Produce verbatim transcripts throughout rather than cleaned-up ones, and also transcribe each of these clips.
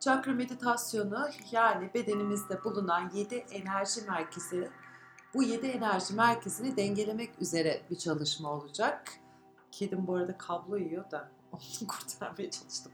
Çakra meditasyonu yani bedenimizde bulunan yedi enerji merkezi, bu yedi enerji merkezini dengelemek üzere bir çalışma olacak. Kedim bu arada kablo yiyor da onu kurtarmaya çalıştım.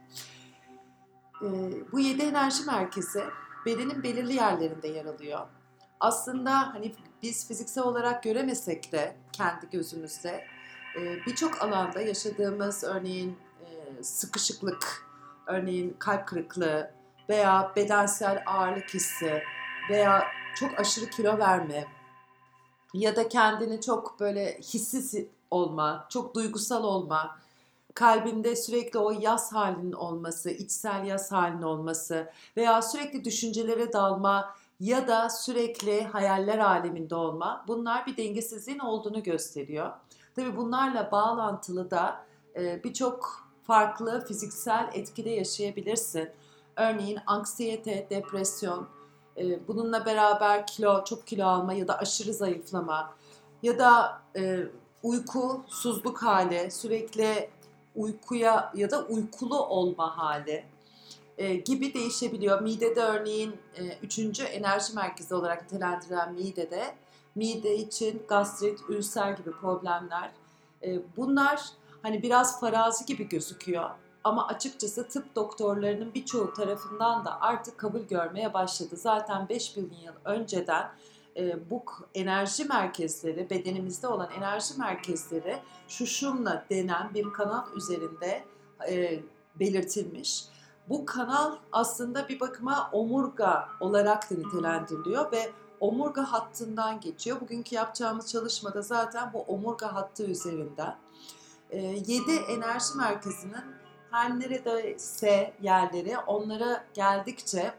Ee, bu yedi enerji merkezi bedenin belirli yerlerinde yer alıyor. Aslında hani biz fiziksel olarak göremesek de kendi gözümüzde e, birçok alanda yaşadığımız örneğin e, sıkışıklık, örneğin kalp kırıklığı veya bedensel ağırlık hissi veya çok aşırı kilo verme ya da kendini çok böyle hissiz olma, çok duygusal olma, kalbinde sürekli o yas halinin olması, içsel yas halinin olması veya sürekli düşüncelere dalma ya da sürekli hayaller aleminde olma, bunlar bir dengesizliğin olduğunu gösteriyor. Tabii bunlarla bağlantılı da e, birçok farklı fiziksel etkide yaşayabilirsin. Örneğin anksiyete, depresyon, e, bununla beraber kilo, çok kilo alma ya da aşırı zayıflama ya da e, uykusuzluk hali, sürekli uykuya ya da uykulu olma hali e, gibi değişebiliyor. Midede örneğin e, üçüncü enerji merkezi olarak nitelendirilen midede, mide için gastrit, ülser gibi problemler. E, bunlar hani biraz farazi gibi gözüküyor. Ama açıkçası tıp doktorlarının birçoğu tarafından da artık kabul görmeye başladı. Zaten beş bin yıl önceden e, bu enerji merkezleri, bedenimizde olan enerji merkezleri Şuşumna denen bir kanal üzerinde e, belirtilmiş. Bu kanal aslında bir bakıma omurga olarak da nitelendiriliyor ve omurga hattından geçiyor. Bugünkü yapacağımız çalışmada zaten bu omurga hattı üzerinden. E, yedi enerji merkezinin her neredeyse yerleri, onlara geldikçe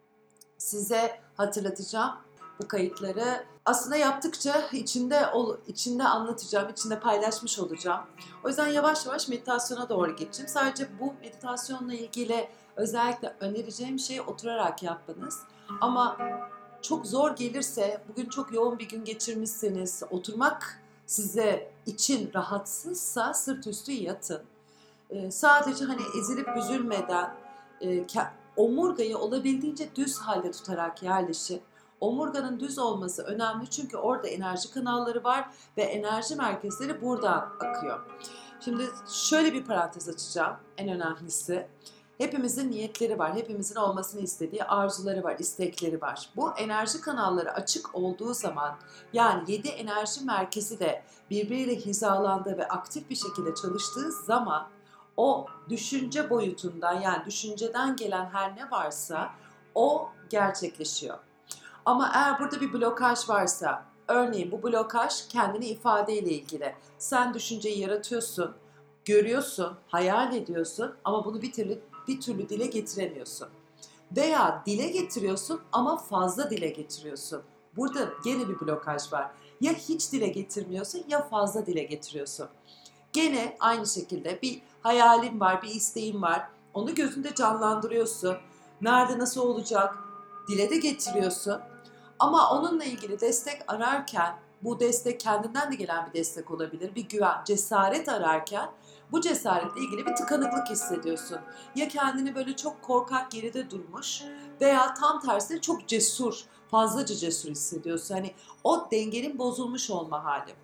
size hatırlatacağım bu kayıtları. Aslında yaptıkça içinde içinde anlatacağım, içinde paylaşmış olacağım. O yüzden yavaş yavaş meditasyona doğru geçeceğim. Sadece bu meditasyonla ilgili özellikle önereceğim şey oturarak yapmanız. Ama çok zor gelirse, bugün çok yoğun bir gün geçirmişseniz, oturmak size için rahatsızsa sırt üstü yatın. Ee, sadece hani ezilip büzülmeden, e, omurgayı olabildiğince düz halde tutarak yerleşin. Omurganın düz olması önemli çünkü orada enerji kanalları var ve enerji merkezleri buradan akıyor. Şimdi şöyle bir parantez açacağım, en önemlisi. Hepimizin niyetleri var, hepimizin olmasını istediği arzuları var, istekleri var. Bu enerji kanalları açık olduğu zaman, yani yedi enerji merkezi de birbiriyle hizalandığı ve aktif bir şekilde çalıştığı zaman o düşünce boyutundan, yani düşünceden gelen her ne varsa o gerçekleşiyor. Ama eğer burada bir blokaj varsa, örneğin bu blokaj kendini ifadeyle ilgili. Sen düşünceyi yaratıyorsun, görüyorsun, hayal ediyorsun ama bunu bir türlü bir türlü dile getiremiyorsun. Veya dile getiriyorsun ama fazla dile getiriyorsun. Burada gene bir blokaj var. Ya hiç dile getirmiyorsun ya fazla dile getiriyorsun. Gene aynı şekilde bir hayalin var, bir isteğin var. Onu gözünde canlandırıyorsun. Nerede, nasıl olacak? Dile de getiriyorsun. Ama onunla ilgili destek ararken, bu destek kendinden de gelen bir destek olabilir. Bir güven, cesaret ararken bu cesaretle ilgili bir tıkanıklık hissediyorsun. Ya kendini böyle çok korkak geride durmuş veya tam tersine çok cesur, fazlaca cesur hissediyorsun. Hani o dengenin bozulmuş olma hali.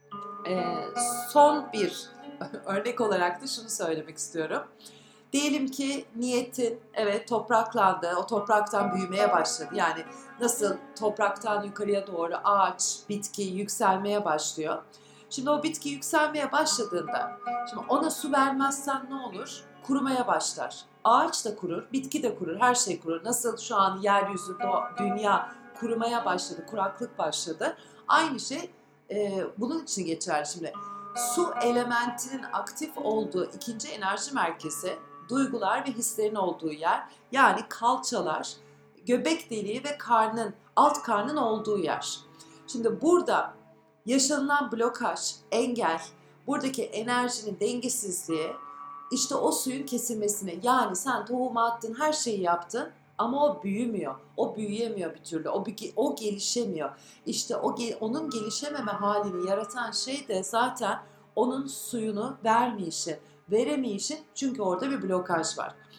Ee, son bir örnek olarak da şunu söylemek istiyorum. Diyelim ki niyetin evet topraklandı, o topraktan büyümeye başladı. Yani nasıl topraktan yukarıya doğru ağaç, bitki yükselmeye başlıyor. Şimdi o bitki yükselmeye başladığında, şimdi ona su vermezsen ne olur? Kurumaya başlar. Ağaç da kurur, bitki de kurur, her şey kurur. Nasıl şu an yeryüzü, dünya kurumaya başladı, kuraklık başladı. Aynı şey e, bunun için geçerli şimdi. Su elementinin aktif olduğu ikinci enerji merkezi, duygular ve hislerin olduğu yer, yani kalçalar, göbek deliği ve karnın, alt karnın olduğu yer. Şimdi burada yaşanılan blokaj, engel, buradaki enerjinin dengesizliği, işte o suyun kesilmesine, yani sen tohumu attın, her şeyi yaptın ama o büyümüyor, o büyüyemiyor bir türlü, o, o gelişemiyor. İşte o onun gelişememe halini yaratan şey de zaten onun suyunu vermeyişi, veremeyişi, çünkü orada bir blokaj var.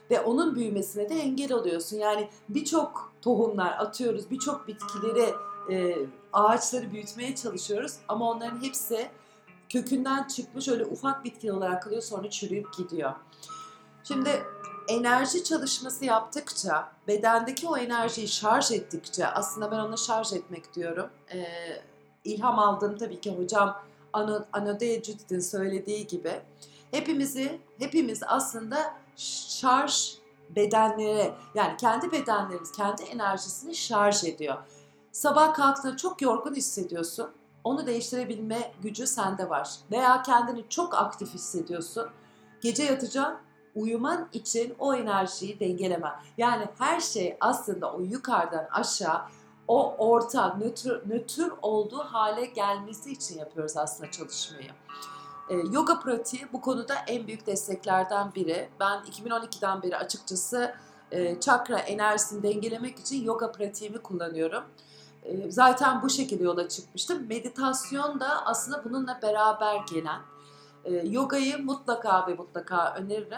ve onun büyümesine de engel oluyorsun. Yani birçok tohumlar atıyoruz, birçok bitkileri, e, ağaçları büyütmeye çalışıyoruz ama onların hepsi kökünden çıkmış öyle ufak bitki olarak kalıyor, sonra çürüyüp gidiyor. Şimdi enerji çalışması yaptıkça, bedendeki o enerjiyi şarj ettikçe, aslında ben ona şarj etmek diyorum. Ee, ilham aldığım tabii ki hocam Anodea Judith'in söylediği gibi hepimizi, hepimiz aslında şarj bedenlere, yani kendi bedenlerimiz kendi enerjisini şarj ediyor. Sabah kalktığında çok yorgun hissediyorsun. Onu değiştirebilme gücü sende var. Veya kendini çok aktif hissediyorsun. Gece yatacaksın, uyuman için o enerjiyi dengelemen. Yani her şey aslında o yukarıdan aşağı, o orta, nötr, nötr olduğu hale gelmesi için yapıyoruz aslında çalışmayı. E, yoga pratiği bu konuda en büyük desteklerden biri. Ben iki bin on ikiden beri açıkçası e, çakra enerjisini dengelemek için yoga pratiğimi kullanıyorum. E, zaten bu şekilde yola çıkmıştım. Meditasyon da aslında bununla beraber gelen. E, yogayı mutlaka ve mutlaka öneririm.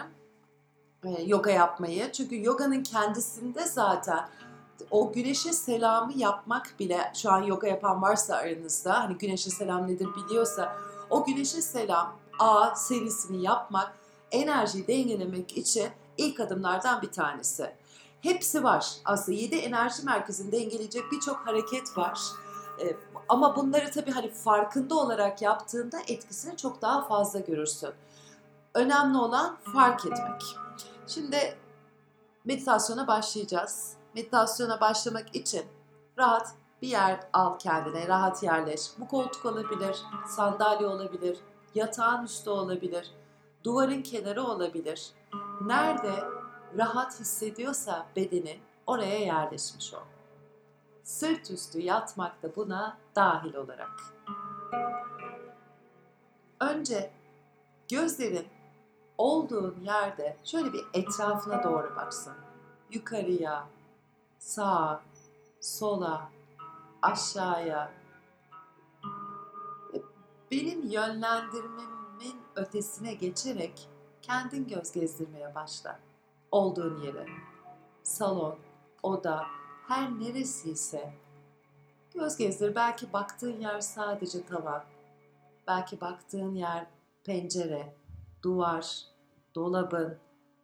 E, yoga yapmayı. Çünkü yoganın kendisinde zaten o güneşe selamı yapmak bile, şu an yoga yapan varsa aranızda, hani güneşe selam nedir biliyorsa, o güneşe selam A serisini yapmak enerjiyi dengelemek için ilk adımlardan bir tanesi. Hepsi var. Aslında yedi enerji merkezini dengeleyecek birçok hareket var. Ee, ama bunları tabii hani farkında olarak yaptığında etkisini çok daha fazla görürsün. Önemli olan fark etmek. Şimdi meditasyona başlayacağız. Meditasyona başlamak için rahat bir yer al kendine, rahat yerleş. Bu koltuk olabilir, sandalye olabilir, yatağın üstü olabilir, duvarın kenarı olabilir. Nerede rahat hissediyorsa bedenin, oraya yerleşmiş ol. Sırt üstü yatmak da buna dahil olarak. Önce gözlerin olduğun yerde şöyle bir etrafına doğru baksın. Yukarıya, sağa, sola, aşağıya. Benim yönlendirmemin ötesine geçerek kendin göz gezdirmeye başla. Olduğun yere, salon, oda, her neresiyse göz gezdir. Belki baktığın yer sadece tavan, belki baktığın yer pencere, duvar, dolabın.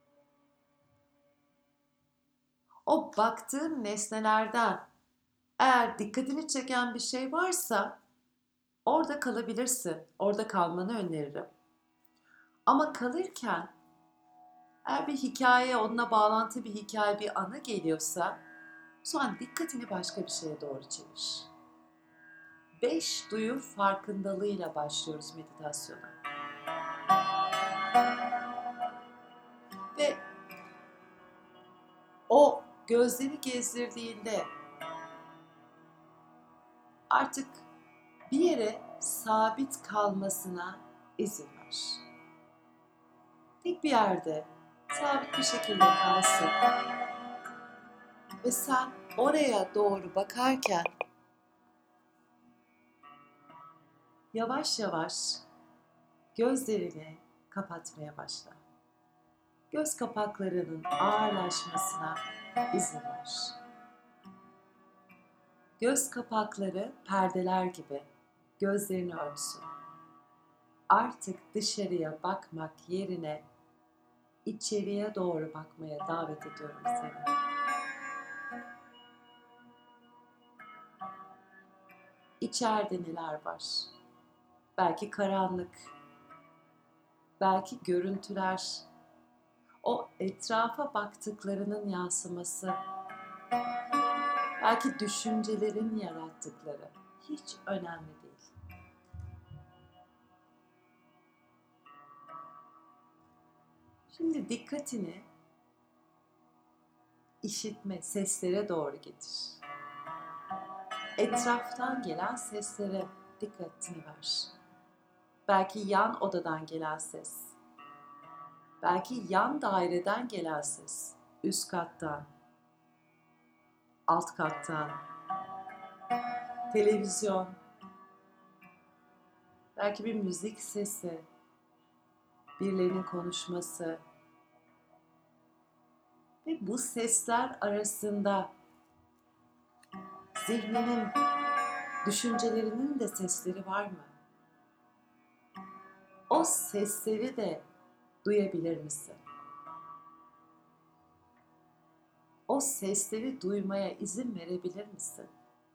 O baktığın nesnelerden eğer dikkatini çeken bir şey varsa orada kalabilirsin. Orada kalmanı öneririm. Ama kalırken eğer bir hikaye, onunla bağlantı bir hikaye, bir anı geliyorsa o zaman dikkatini başka bir şeye doğru çevir. Beş duyu farkındalığıyla başlıyoruz meditasyona. Ve o gözleri gezdirdiğinde artık bir yere sabit kalmasına izin ver. Tek bir yerde sabit bir şekilde kalsın. Ve sen oraya doğru bakarken yavaş yavaş gözlerini kapatmaya başla. Göz kapaklarının ağırlaşmasına izin ver. Göz kapakları perdeler gibi gözlerini örtsün. Artık dışarıya bakmak yerine içeriye doğru bakmaya davet ediyorum seni. İçeride neler var? Belki karanlık, belki görüntüler, o etrafa baktıklarının yansıması, belki düşüncelerin yarattıkları, hiç önemli değil. Şimdi dikkatini işitme, seslere doğru getir. Etraftan gelen seslere dikkatini ver. Belki yan odadan gelen ses, belki yan daireden gelen ses, üst kattan, alt kattan, televizyon, belki bir müzik sesi, birilerinin konuşması. Ve bu sesler arasında zihninin, düşüncelerinin de sesleri var mı? O sesleri de duyabilir misin? O sesleri duymaya izin verebilir misin?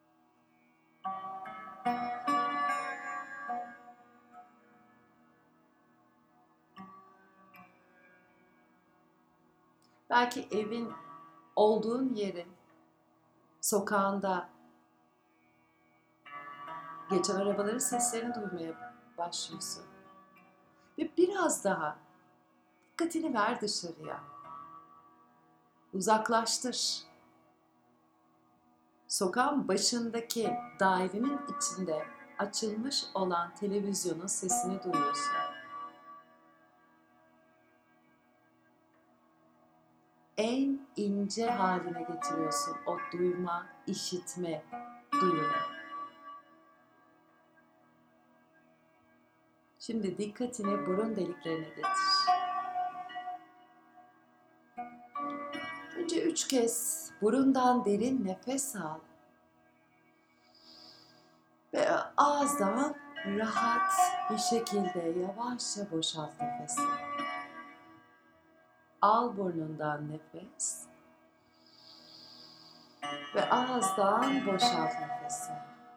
Belki evin, olduğun yerin sokağında geçen arabaların seslerini duymaya başlıyorsun. Ve biraz daha dikkatini ver dışarıya. Uzaklaştır. Sokağın başındaki dairenin içinde açılmış olan televizyonun sesini duyuyorsun. En ince haline getiriyorsun o duyma, işitme duyunu. Şimdi dikkatini burun deliklerine getir. Önce üç kez burundan derin nefes al. Ve ağızdan rahat bir şekilde yavaşça boşalt nefesi. Al burnundan nefes. Ve ağızdan boşalt nefesi.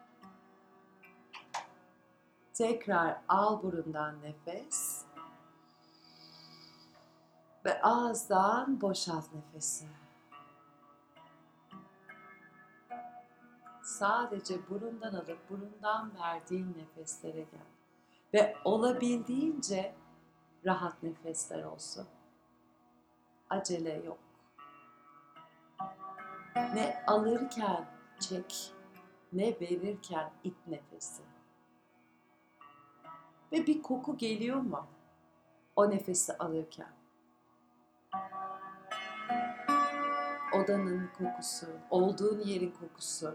Tekrar al burundan nefes. Ve ağızdan boşalt nefesi. Sadece burundan alıp burundan verdiğin nefeslere gel. Ve olabildiğince rahat nefesler olsun. Acele yok. Ne alırken çek, ne verirken it nefesi. Ve bir koku geliyor mu o nefesi alırken? Odanın kokusu, olduğun yerin kokusu.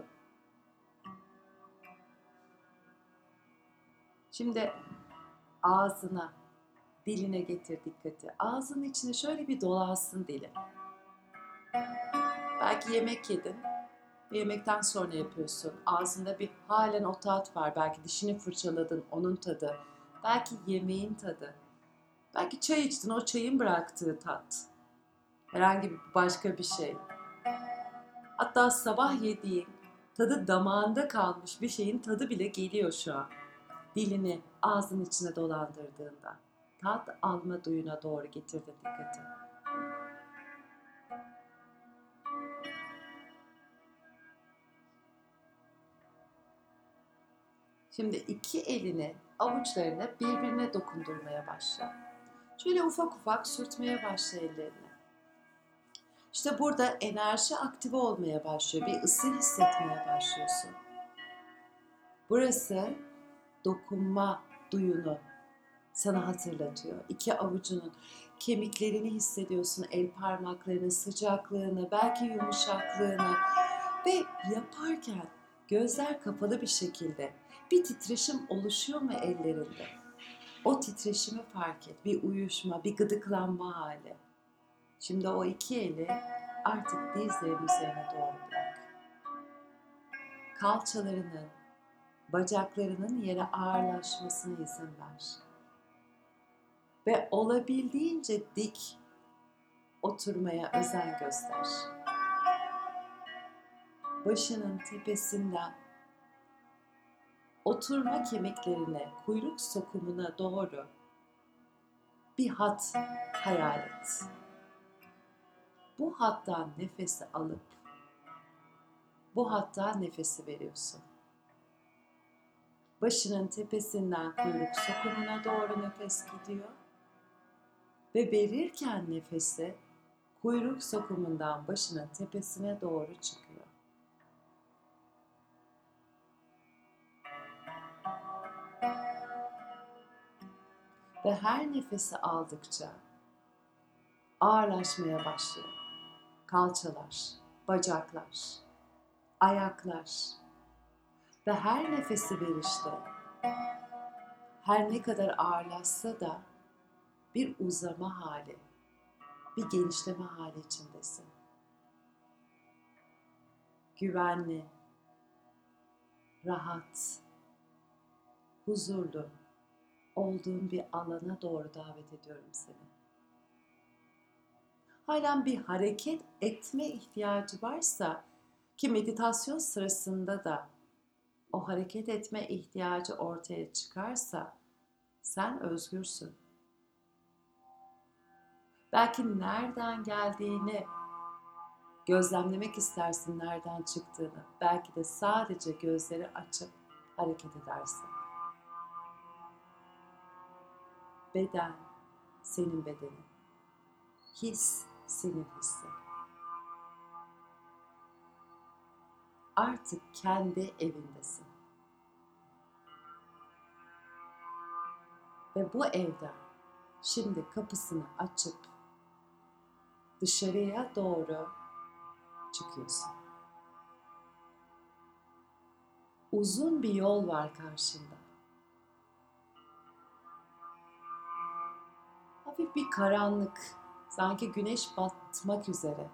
Şimdi ağzına, diline getir dikkati. Ağzının içine şöyle bir dolaşsın dilin. Belki yemek yedin ve yemekten sonra yapıyorsun. Ağzında bir halen o tat var. Belki dişini fırçaladın, onun tadı. Belki yemeğin tadı. Belki çay içtin, o çayın bıraktığı tat. Herhangi bir başka bir şey. Hatta sabah yediğin, tadı damağında kalmış bir şeyin tadı bile geliyor şu an. Dilini ağzın içine dolandırdığında. Tat alma duyuna doğru getirdi dikkati. Şimdi iki elini avuçlarına birbirine dokundurmaya başla. Şöyle ufak ufak sürtmeye başla ellerini. İşte burada enerji aktive olmaya başlıyor. Bir ısı hissetmeye başlıyorsun. Burası dokunma duyunu sana hatırlatıyor. İki avucunun kemiklerini hissediyorsun, el parmaklarının sıcaklığını, belki yumuşaklığını ve yaparken gözler kapalı bir şekilde bir titreşim oluşuyor mu ellerinde? O titreşimi fark et, bir uyuşma, bir gıdıklanma hali. Şimdi o iki eli artık dizlerin üzerine doğru bırak. Kalçalarının, bacaklarının yere ağırlaşmasına izin ver. Ve olabildiğince dik oturmaya özen göster. Başının tepesinden oturma kemiklerine, kuyruk sokumuna doğru bir hat hayal et. Bu hattan nefesi alıp bu hattan nefesi veriyorsun. Başının tepesinden kuyruk sokumuna doğru nefes gidiyor. Ve verirken nefesi kuyruk sokumundan başının tepesine doğru çıkıyor. Ve her nefesi aldıkça ağırlaşmaya başlıyor. Kalçalar, bacaklar, ayaklar ve her nefesi verişte her ne kadar ağırlaşsa da bir uzama hali, bir genişleme hali içindesin. Güvenli, rahat, huzurlu olduğun bir alana doğru davet ediyorum seni. Halen bir hareket etme ihtiyacı varsa, ki meditasyon sırasında da o hareket etme ihtiyacı ortaya çıkarsa sen özgürsün. Belki nereden geldiğini gözlemlemek istersin, nereden çıktığını. Belki de sadece gözleri açıp hareket edersin. Beden senin bedenin. His senin hissin. Artık kendi evindesin. Ve bu evden şimdi kapısını açıp dışarıya doğru çıkıyorsun. Uzun bir yol var karşında. Hafif bir karanlık, sanki güneş batmak üzere.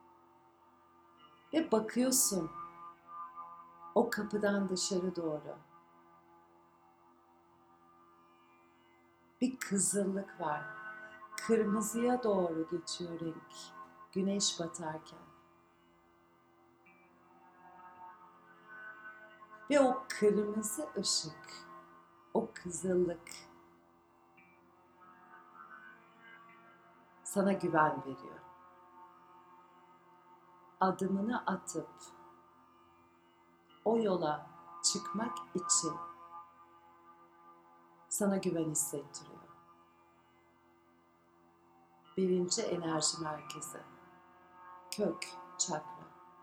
Ve bakıyorsun o kapıdan dışarı doğru. Bir kızıllık var. Kırmızıya doğru geçiyor renk. Güneş batarken. Ve o kırmızı ışık, o kızıllık sana güven veriyor. Adımını atıp o yola çıkmak için sana güven hissettiriyor. Birinci enerji merkezi, kök çakra.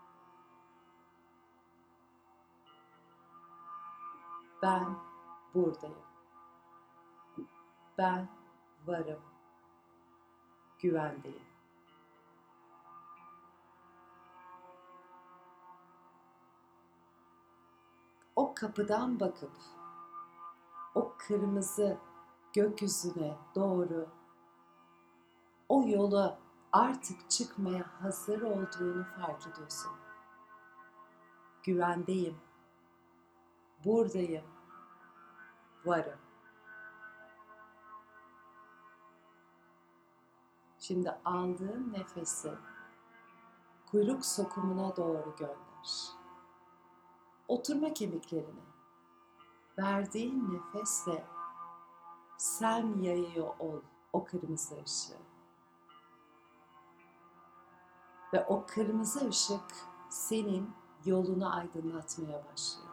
Ben buradayım. Ben varım. Güvendeyim. O kapıdan bakıp o kırmızı gökyüzüne doğru o yola artık çıkmaya hazır olduğunu fark ediyorsun. Güvendeyim. Buradayım. Varım. Şimdi aldığın nefesi kuyruk sokumuna doğru gönder. Oturma kemiklerine verdiğin nefesle sen yayıyor ol o kırmızı ışığı. Ve o kırmızı ışık senin yolunu aydınlatmaya başlıyor.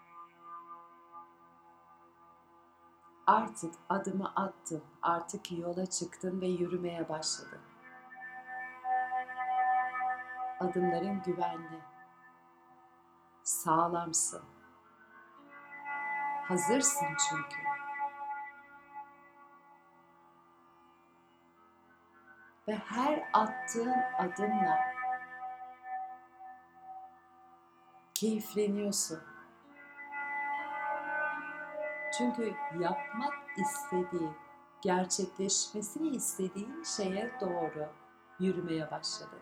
Artık adımı attın, artık yola çıktın ve yürümeye başladın. Adımların güvenli, sağlamsın. Hazırsın çünkü. Ve her attığın adımla keyifleniyorsun. Çünkü yapmak istediğin, gerçekleşmesini istediğin şeye doğru yürümeye başladın.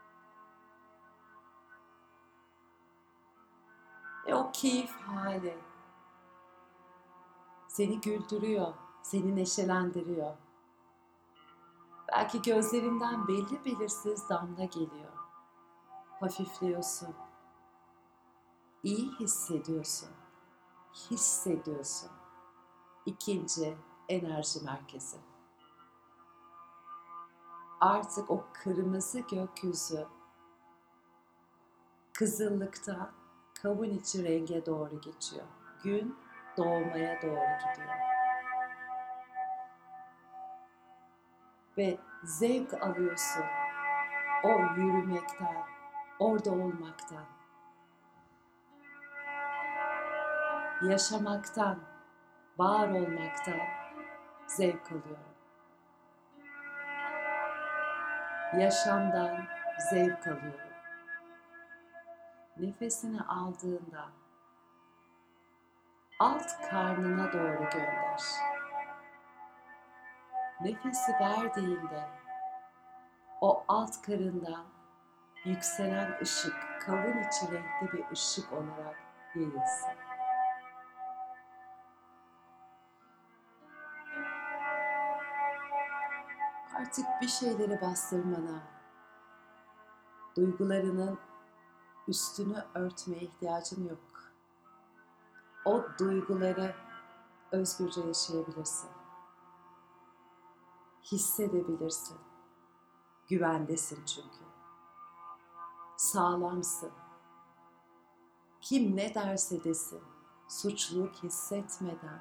Ve o keyif hali seni güldürüyor, seni neşelendiriyor. Belki gözlerinden belli belirsiz damla geliyor. Hafifliyorsun. İyi hissediyorsun. Hissediyorsun. İkinci enerji merkezi. Artık o kırmızı gökyüzü kızıllıktan kavun içi renge doğru geçiyor. Gün doğmaya doğru gidiyor. Ve zevk alıyorsun o yürümekten, orada olmaktan, yaşamaktan, var olmaktan zevk alıyorum. Yaşamdan zevk alıyorum. Nefesini aldığında alt karnına doğru gönder. Nefesi verdiğinde o alt karından yükselen ışık, kavun içi renkli bir ışık olarak yayılsın. Artık bir şeyleri bastırmana, duygularının üstünü örtmeye ihtiyacın yok. O duyguları özgürce yaşayabilirsin. Hissedebilirsin. Güvendesin çünkü. Sağlamsın. Kim ne derse desin, suçluluk hissetmeden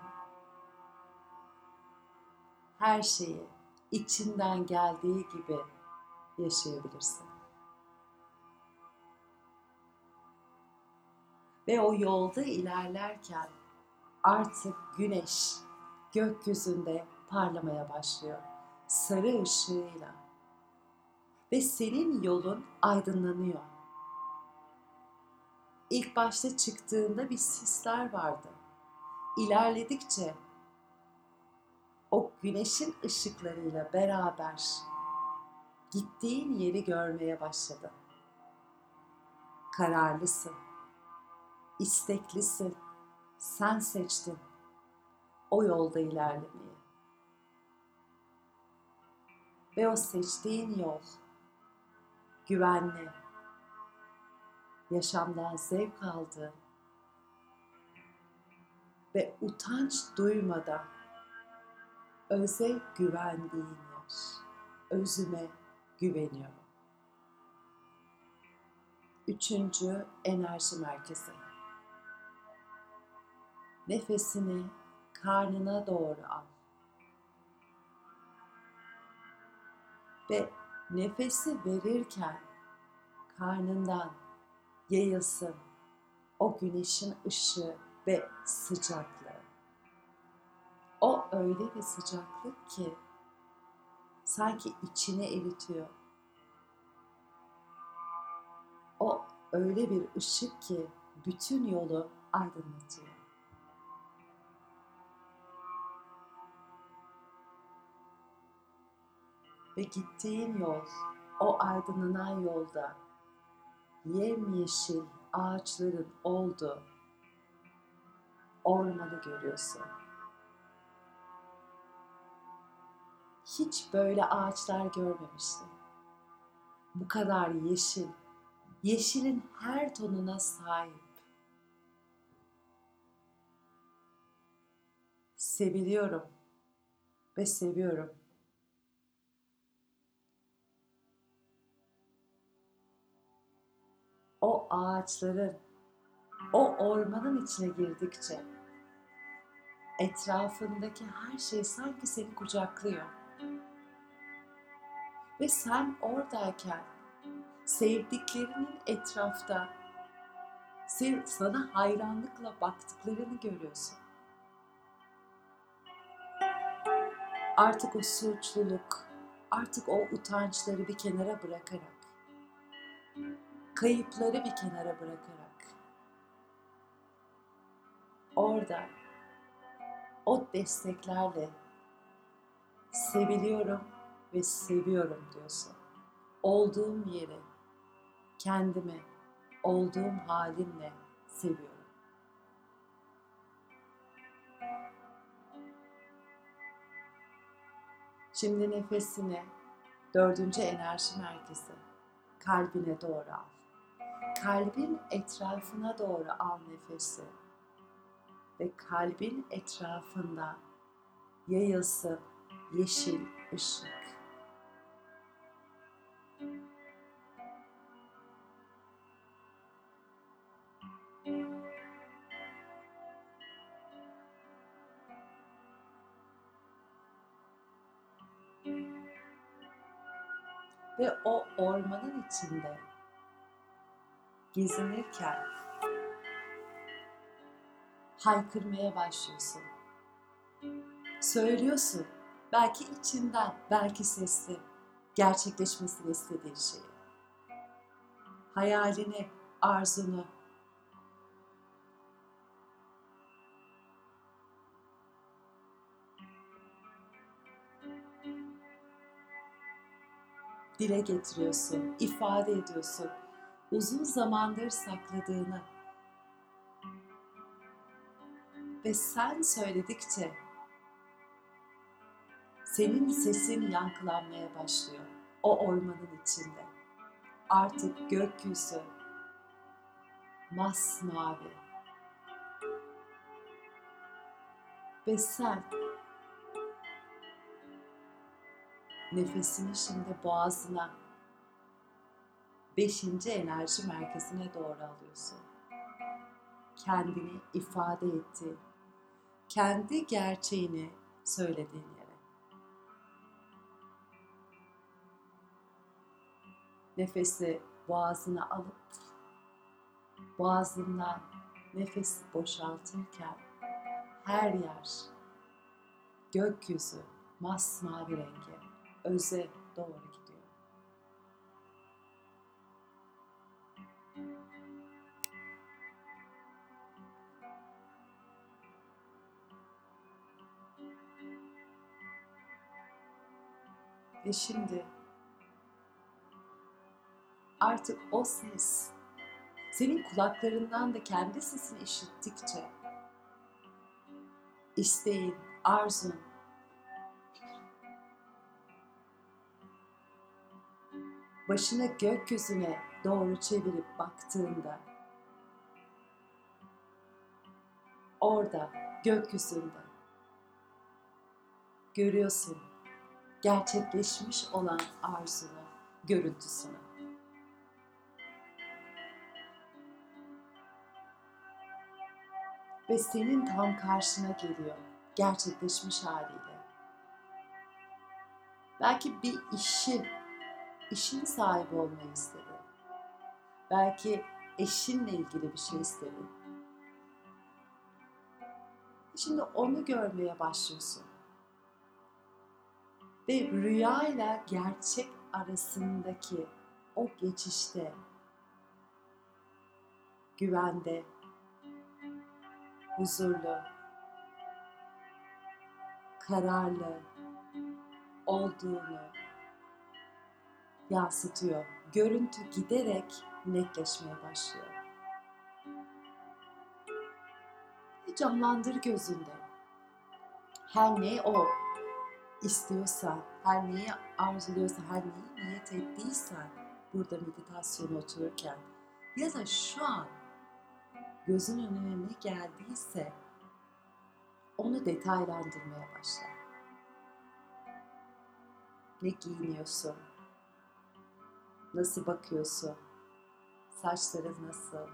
her şeyi içinden geldiği gibi yaşayabilirsin. Ve o yolda ilerlerken artık güneş gökyüzünde parlamaya başlıyor. Sarı ışığıyla. Ve senin yolun aydınlanıyor. İlk başta çıktığında bir sisler vardı. İlerledikçe o güneşin ışıklarıyla beraber gittiğin yeri görmeye başladın. Kararlısın, isteklisin, sen seçtin o yolda ilerlemeyi. Ve o seçtiğin yol güvenli, yaşamdan zevk aldığın ve utanç duymadan öze güvendiğin yer. Özüme güveniyorum. Üçüncü enerji merkezi. Nefesini karnına doğru al. Ve nefesi verirken karnından yayılsın o güneşin ışığı ve sıcaklığı. O öyle bir sıcaklık ki sanki içine eritiyor. O öyle bir ışık ki bütün yolu aydınlatıyor. Ve gittiğin yol, o aydınlanan yolda yemyeşil ağaçların olduğu ormanı görüyorsun. Hiç böyle ağaçlar görmemiştim. Bu kadar yeşil, yeşilin her tonuna sahip. Seviliyorum ve seviyorum. O ağaçların, o ormanın içine girdikçe etrafındaki her şey sanki seni kucaklıyor. Ve sen oradayken sevdiklerinin etrafta sana hayranlıkla baktıklarını görüyorsun. Artık o suçluluk, artık o utançları bir kenara bırakarak, kayıpları bir kenara bırakarak, orada o desteklerle seviliyorum ve seviyorum diyorsun. Olduğum yeri, kendimi, olduğum halimle seviyorum. Şimdi nefesini dördüncü enerji merkezi, kalbine doğru al. Kalbin etrafına doğru al nefesi. Ve kalbin etrafında yayılsın yeşil ışık. Ve o ormanın içinde gezinirken haykırmaya başlıyorsun. Söylüyorsun, belki içinden, belki sesli, gerçekleşmesini istediğin şeyi. Hayalini, arzunu. dile getiriyorsun, ifade ediyorsun. Uzun zamandır sakladığını ve sen söyledikçe senin sesin yankılanmaya başlıyor o ormanın içinde. Artık gökyüzü masmavi ve sen nefesini şimdi boğazına, beşinci enerji merkezine doğru alıyorsun. Kendini ifade ettiğin, kendi gerçeğini söylediğin yere. Nefesi boğazına alıp, boğazından nefes boşaltırken her yer gökyüzü masmavi rengi, öze doğru gidiyor. Ve şimdi artık o ses senin kulaklarından da kendi sesini işittikçe isteğin, arzun başını gökyüzüne doğru çevirip baktığında orada gökyüzünde görüyorsun gerçekleşmiş olan arzunu, görüntüsünü. Ve senin tam karşına geliyor gerçekleşmiş haliyle. Belki bir işi, işin sahibi olmayı istedin. Belki eşinle ilgili bir şey istedin. Şimdi onu görmeye başlıyorsun. Ve rüya ile gerçek arasındaki o geçişte güvende, huzurlu, kararlı olduğunu yansıtıyor. Görüntü giderek netleşmeye başlıyor. Canlandır gözünde. Her ne o istiyorsan, her neyi arzuluyorsan, her neyi niyet ettiysen burada meditasyona otururken ya da şu an gözün önüne ne geldiyse onu detaylandırmaya başla. Ne giyiniyorsun? Nasıl bakıyorsun? Saçların nasıl?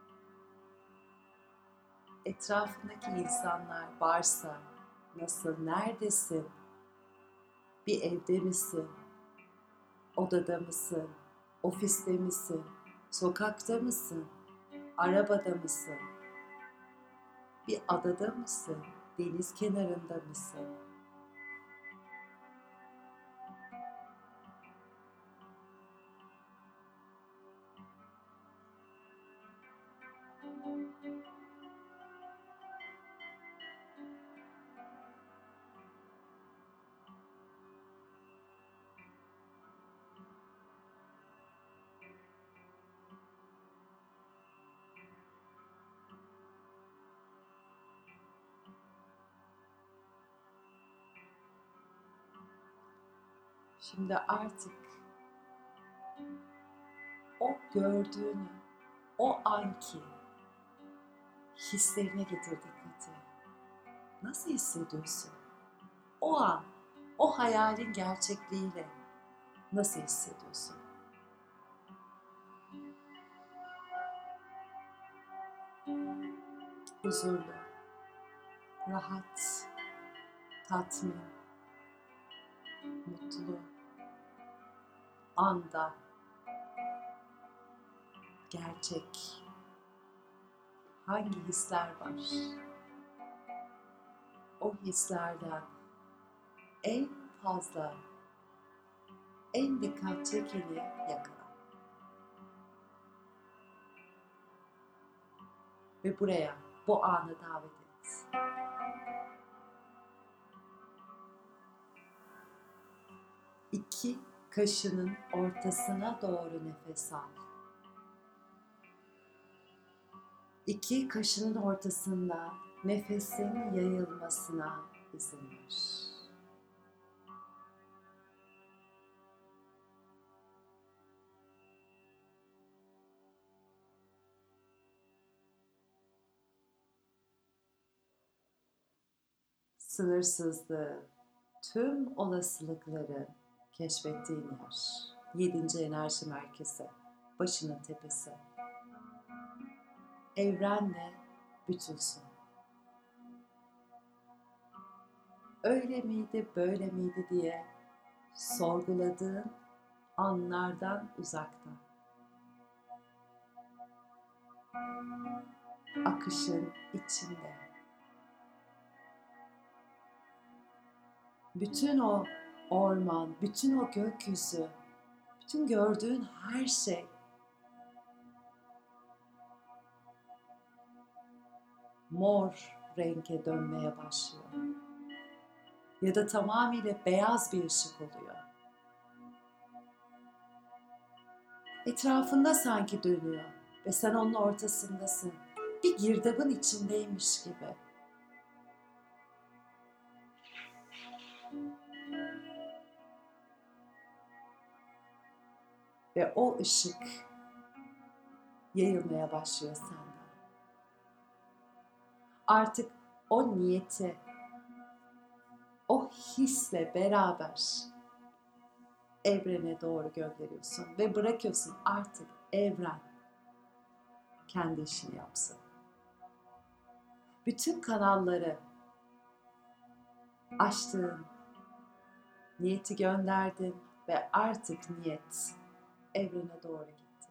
Etrafındaki insanlar varsa nasıl? Neredesin? Bir evde misin? Odada mısın? Ofiste misin? Sokakta mısın? Arabada mısın? Bir adada mısın? Deniz kenarında mısın? Şimdi artık o gördüğünü, o anki hislerine getir dikkati. Nasıl hissediyorsun? O an, o hayalin gerçekliğiyle nasıl hissediyorsun? Huzurlu, rahat, tatmin, mutlu, anda, gerçek. Hangi hisler var? O hislerden en fazla, en dikkat çekeni yakala. Ve buraya, bu anı davet et. İki, Kaşının ortasına doğru nefes al. İki, kaşının ortasında nefesin yayılmasına izin ver. Sınırsızlığı, tüm olasılıkları keşfettiğin yer. Yedinci enerji merkezi, başının tepesi. Evrenle bütünsün. Öyle miydi, böyle miydi diye sorguladığın anlardan uzakta. Akışın içinde. Bütün o orman, bütün o gökyüzü, bütün gördüğün her şey mor renge dönmeye başlıyor. Ya da tamamıyla beyaz bir ışık oluyor. Etrafında sanki dönüyor ve sen onun ortasındasın. Bir girdabın içindeymiş gibi. Ve o ışık yayılmaya başlıyor senden. Artık o niyeti, o hisle beraber evrene doğru gönderiyorsun ve bırakıyorsun artık evren kendi işini yapsın. Bütün kanalları açtın, niyeti gönderdin ve artık niyet evrene doğru gitti.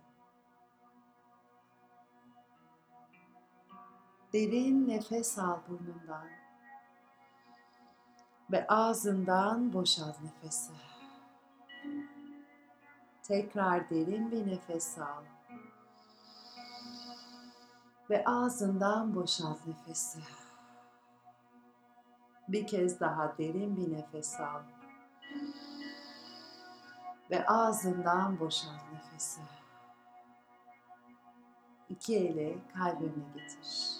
Derin nefes al burnundan ve ağzından boşalt nefesi. Tekrar derin bir nefes al ve ağzından boşalt nefesi. Bir kez daha derin bir nefes al ve ağzından boşalt nefesi. İki eli kalbine getir.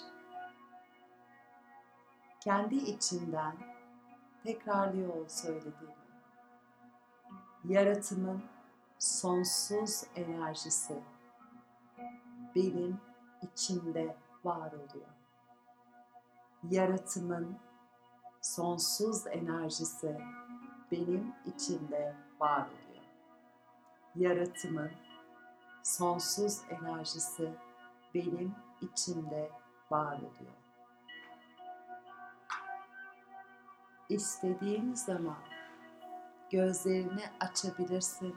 Kendi içinden tekrarlıyor ol söylediğimi. Yaratımın sonsuz enerjisi benim içimde var oluyor. Yaratımın sonsuz enerjisi benim içimde var oluyor. Yaratımın sonsuz enerjisi benim içimde var oluyor. İstediğin zaman gözlerini açabilirsin.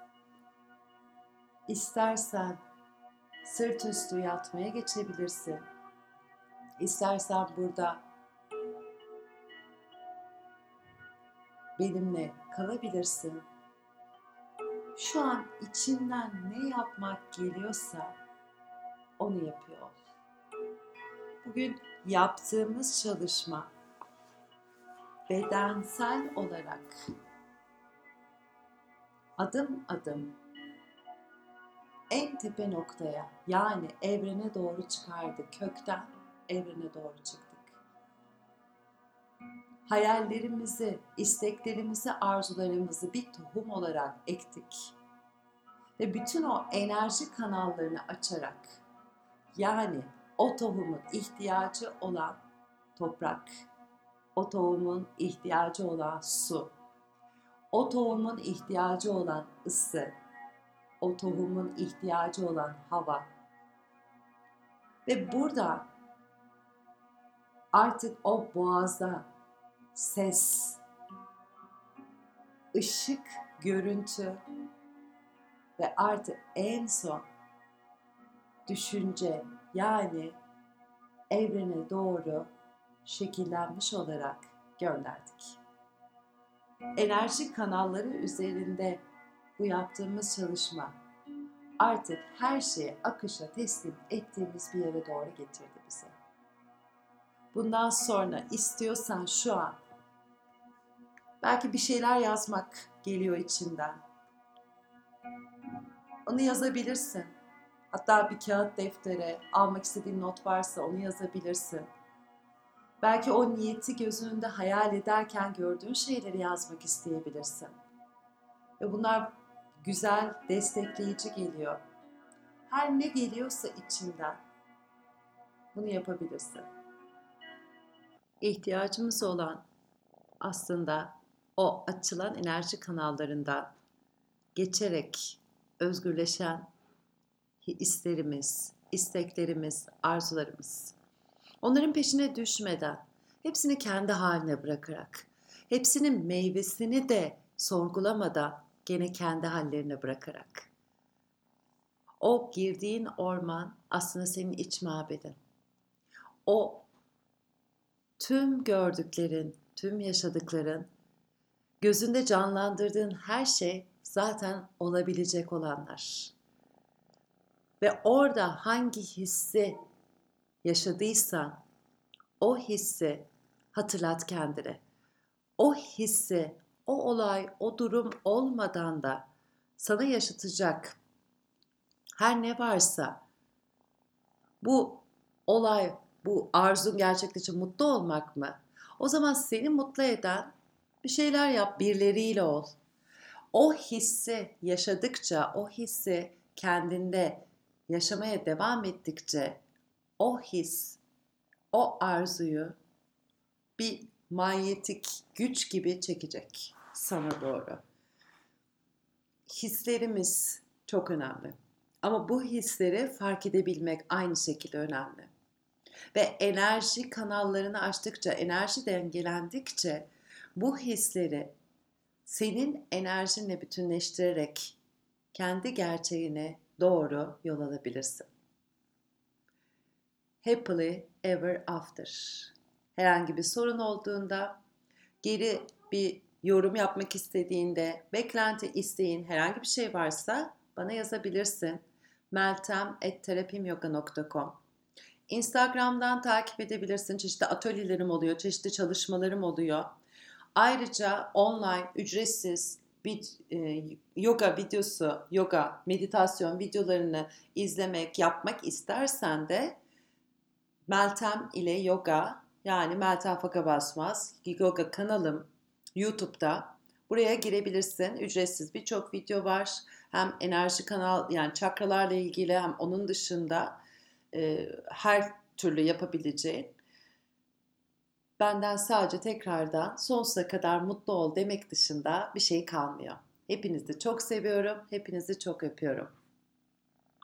İstersen sırt üstü yatmaya geçebilirsin. İstersen burada benimle kalabilirsin. Şu an içinden ne yapmak geliyorsa onu yapıyor ol. Bugün yaptığımız çalışma bedensel olarak adım adım en tepe noktaya, yani evrene doğru çıkardık. Kökten evrene doğru çıktık. Hayallerimizi, isteklerimizi, arzularımızı bir tohum olarak ektik. Ve bütün o enerji kanallarını açarak, yani o tohumun ihtiyacı olan toprak, o tohumun ihtiyacı olan su, o tohumun ihtiyacı olan ısı, o tohumun ihtiyacı olan hava. Ve burada artık o boğazda ses, ışık, görüntü ve artık en son düşünce, yani evrene doğru şekillenmiş olarak gönderdik. Enerji kanalları üzerinde bu yaptığımız çalışma artık her şeyi akışa teslim ettiğimiz bir yere doğru getirdi bizi. Bundan sonra istiyorsan şu an belki bir şeyler yazmak geliyor içinden. Onu yazabilirsin. Hatta bir kağıt deftere almak istediğin not varsa onu yazabilirsin. Belki o niyeti gözünün önünde hayal ederken gördüğün şeyleri yazmak isteyebilirsin. Ve bunlar güzel, destekleyici geliyor. Her ne geliyorsa içinden bunu yapabilirsin. İhtiyacımız olan aslında o açılan enerji kanallarından geçerek özgürleşen hislerimiz, isteklerimiz, arzularımız. Onların peşine düşmeden, hepsini kendi haline bırakarak, hepsinin meyvesini de sorgulamadan gene kendi hallerine bırakarak. O girdiğin orman aslında senin iç mabedin. O tüm gördüklerin, tüm yaşadıkların, gözünde canlandırdığın her şey zaten olabilecek olanlar. Ve orada hangi hissi yaşadıysan o hissi hatırlat kendine. O hissi, o olay, o durum olmadan da sana yaşatacak her ne varsa bu olay, bu arzun gerçekleşip mutlu olmak mı? O zaman seni mutlu eden bir şeyler yap, birileriyle ol. O hissi yaşadıkça, o hissi kendinde yaşamaya devam ettikçe o his, o arzuyu bir manyetik güç gibi çekecek sana doğru. Hislerimiz çok önemli. Ama bu hisleri fark edebilmek aynı şekilde önemli. Ve enerji kanallarını açtıkça, enerji dengelendikçe bu hisleri senin enerjinle bütünleştirerek kendi gerçeğine doğru yol alabilirsin. Happily ever after. Herhangi bir sorun olduğunda, geri bir yorum yapmak istediğinde, beklenti, isteğin herhangi bir şey varsa bana yazabilirsin. meltem at terapimyoga nokta com. Instagram'dan takip edebilirsin. Çeşitli atölyelerim oluyor, çeşitli çalışmalarım oluyor. Ayrıca online, ücretsiz bir e, yoga videosu, yoga, meditasyon videolarını izlemek, yapmak istersen de Meltem ile Yoga, yani Meltem Faka Basmaz yoga kanalım YouTube'da. Buraya girebilirsin. Ücretsiz birçok video var. Hem enerji kanal, yani çakralarla ilgili, hem onun dışında e, her türlü yapabileceğin. Benden sadece tekrardan sonsuza kadar mutlu ol demek dışında bir şey kalmıyor. Hepinizi çok seviyorum. Hepinizi çok öpüyorum.